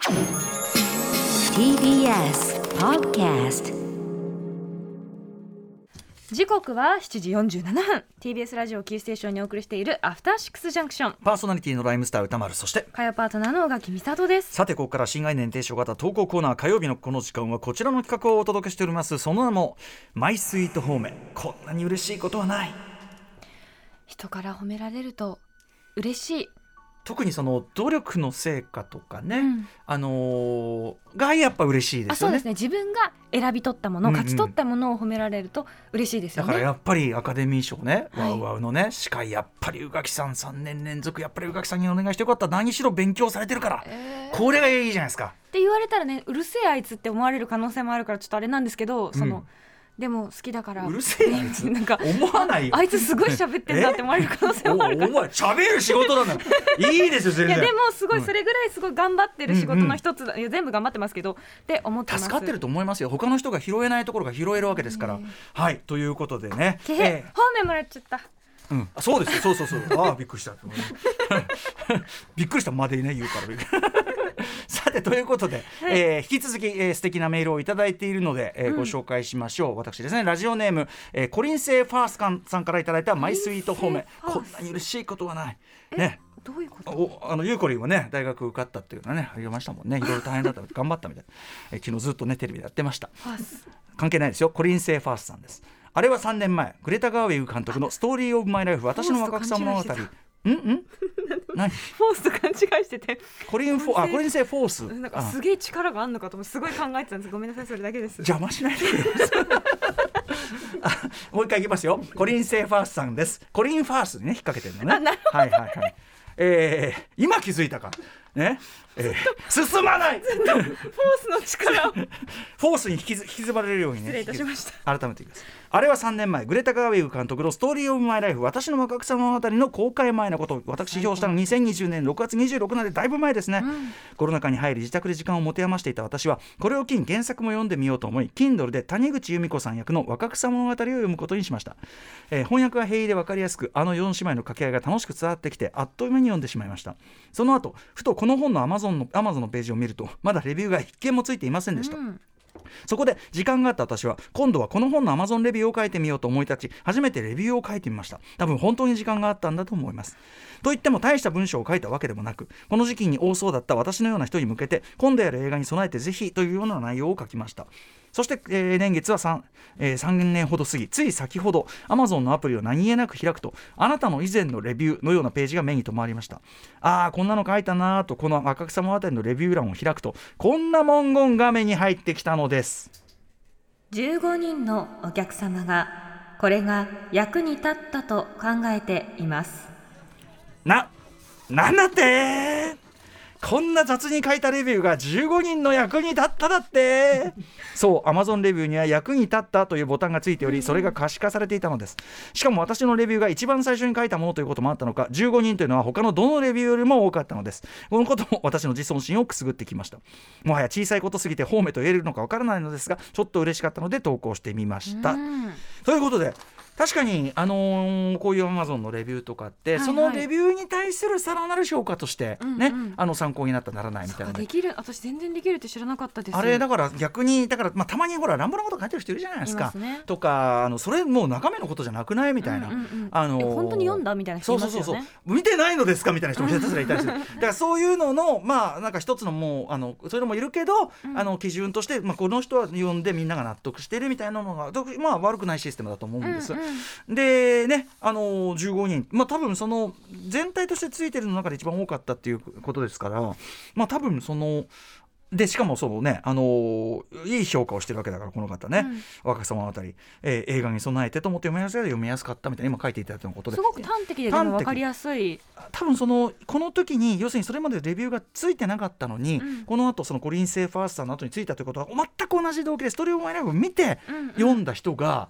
TBS Podcast。 時刻は7時47分 TBS ラジオキーステーションにお送りしているアフターシックスジャンクション、 パーソナリティのライムスター歌丸、そして火曜パートナーの尾垣美里です。 さて、ここから新概念提唱型投稿コーナー、火曜日のこの時間はこちらの企画をお届けしております。その名もマイスイートホーム。こんなに嬉しいことはない。 人から褒められると嬉しい。 特にその努力の成果とかね、がやっぱ嬉しいですよね。 そうですね。自分が選び取ったもの、勝ち取ったものを褒められると嬉しいですよね。 だからやっぱりアカデミー賞ね、 はい、 ワウワウのね司会、やっぱり宇垣さん3年連続、やっぱり宇垣さんにお願いしてよかった。何しろ勉強されてるから、これがいいじゃないですかって言われたらね、うるせえあいつって思われる可能性もあるからちょっとあれなんですけど、でも好きだから、 うるせえあいつなんか思わないよ。 あいつすごい喋ってんだって思われる可能性もあるから。 お前喋る仕事なんだいいですよ全然。 いやでもすごい、それぐらいすごい頑張ってる仕事の一つだ、いや全部頑張ってますけどって思ってます。 助かってると思いますよ。他の人が拾えないところが拾えるわけですから。はいということでね、 方面もらっちゃった。 そうですよ、そうああびっくりしたびっくりしたまでね言うからさてということで、引き続き、素敵なメールをいただいているので、ご紹介しましょう。私ですね、ラジオネーム、コリンセイファースカンさんからいただいたマイスイートホーム。こんなに嬉しいことはないね。 どういうこと？ ゆうこりんはね大学受かったっていうのはねありましたもんね。いろいろ大変だった頑張ったみたいな、昨日ずっとねテレビでやってました。関係ないですよ。コリンセイファースさんです。あれは3年前、グレタ・ガーウェイ監督のストーリー・オブ・マイ・ライフ、私の若草物語。何フォースと勘違いしてて、 コリンセイ・フォース、 なんかすげえ力があるのかと思ってすごい考えてたんです。ごめんなさい、それだけです。 邪魔しないでもう一回いきますよ。コリンセイ・ファースさんです。コリン・ファースにね引っ掛けてるのね。はいはいはい。今気づいたかね、進まないフォースの力をフォースに引きずられるようにね。 失礼いたしました。 改めて言います。あれは3年前、グレタ・ガーウェイ監督のストーリー・オブ・マイ・ライフ、私の若草物語の公開前のこと。私批評したの2020年6月26日なんでだいぶ前ですね。コロナ禍に入り自宅で時間を持て余していた私は、これを機に原作も読んでみようと思い Kindle で谷口由美子さん役の若草物語を読むことにしました。翻訳は平易で分かりやすく、あの4姉妹の掛け合いが楽しく伝わってきて、あっという間に読んでしまいました。その後ふとこの本の Amazon のページを見ると、まだレビューが一件もついていませんでした。そこで時間があった私は、今度はこの本の Amazon レビューを書いてみようと思い立ち、初めてレビューを書いてみました。多分本当に時間があったんだと思います。といっても大した文章を書いたわけでもなく、この時期に多そうだった私のような人に向けて、今度やる映画に備えてぜひというような内容を書きました。そして、年月は 3年ほど過ぎ、つい先ほど Amazon のアプリを何気なく開くと、あなたの以前のレビューのようなページが目に留まりました。こんなの書いたなと、この若草物語のレビュー欄を開くと、こんな文言が目に入ってきたのです。 15人のお客様がこれが役に立ったと考えています。 なんだってこんな雑に書いたレビューが15人の役に立っただって。そう、 Amazon レビューには役に立ったというボタンがついており、それが可視化されていたのです。しかも私のレビューが一番最初に書いたものということもあったのか、15人というのは他のどのレビューよりも多かったのです。このことも私の自尊心をくすぐってきました。もはや小さいことすぎて褒めと言えるのかわからないのですが、ちょっと嬉しかったので投稿してみました。ということで、確かに、こういう Amazon のレビューとかって、そのレビューに対するさらなる評価としてね、参考になったならないみたいな、 できる。私全然できるって知らなかったです。 あれだから逆に、だから、たまにほら乱暴なこと書いてる人いるじゃないですか。とか、それもう中身のことじゃなくないみたいな、 本当に読んだみたいな人いますよね。 そう見てないのですかみたいな人も下手すらいたりする。だからそういうののなんか一つのもうそういうのもいるけど、基準として、この人は読んでみんなが納得してるみたいなのが、悪くないシステムだと思うんです。でね、15人、多分その全体としてついてるの中で一番多かったっていうことですから、多分そのでしかもそのね、いい評価をしてるわけだから、この方ね、若草物語、映画に備えてと思って読みやすかったみたいな今書いていただいたことですごく端的で分かりやすい。 多分この時に要するにそれまでレビューがついてなかったのに、この後そのコリンセイファースさんの後についたということは全く同じ動機でストーリーオブマイライフを見て読んだ人が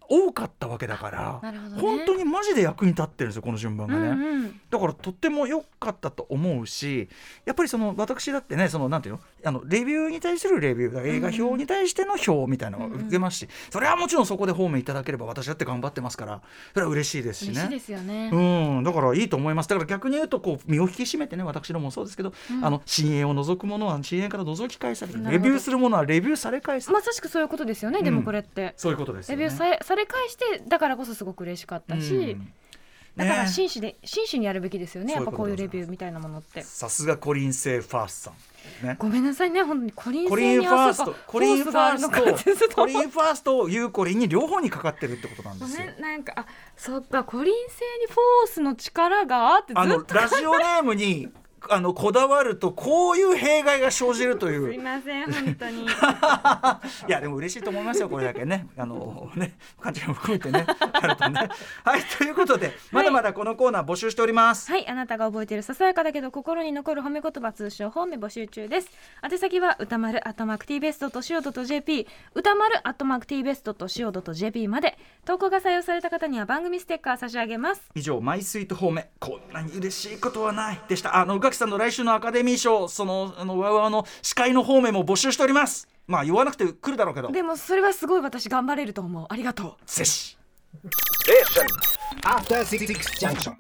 多かったわけだから、 なるほどね、 本当にマジで役に立ってるんですよこの順番がね、 うんうん、 だからとっても良かったと思うし、やっぱりその私だってね、そのなんていうの、レビューに対するレビュー、映画表に対しての表みたいなのを受けますし、それはもちろんそこで褒めいただければ私だって頑張ってますから、それは嬉しいですしね。 嬉しいですよね。 だからいいと思います。だから逆に言うとこう身を引き締めてね、私どももそうですけど、新鋭を除くものは新鋭から除き返される、レビューするものはレビューされ返す、 まさしくそういうことですよね、でもこれってそういうことですよね。 レビューされ返して、だからこそすごく嬉しかったし、だから真摯にやるべきですよね、やっぱこういうレビューみたいなものって。さすがコリン製ファーストさん、ね、 ごめんなさいね、本当にコリン製にコリンファーストをユーコリンに両方にかかってるってことなんですよ。 なんかそっか、コリン製にフォースの力があってずっとラジオネームにこだわるとこういう弊害が生じるという。 すいません本当にいやでも嬉しいと思いますよ、これだけね感じも含めてねあるとね。はい、ということでまだまだこのコーナー募集しております。 はい、あなたが覚えているささやかだけど心に残る褒め言葉、通称褒め募集中です。宛先は歌丸@tbest.co.jp、 歌丸@tbest.co.jp まで。投稿が採用された方には番組ステッカー差し上げます。 以上、マイスイート褒め、こんなに嬉しいことはないでした。宇垣さんの来週のアカデミー賞、ワウワウの司会の方面も募集しております。まあ言わなくて来るだろうけど、 でもそれはすごい私頑張れると思う。ありがとう。 ぜひ。 After 66 junction.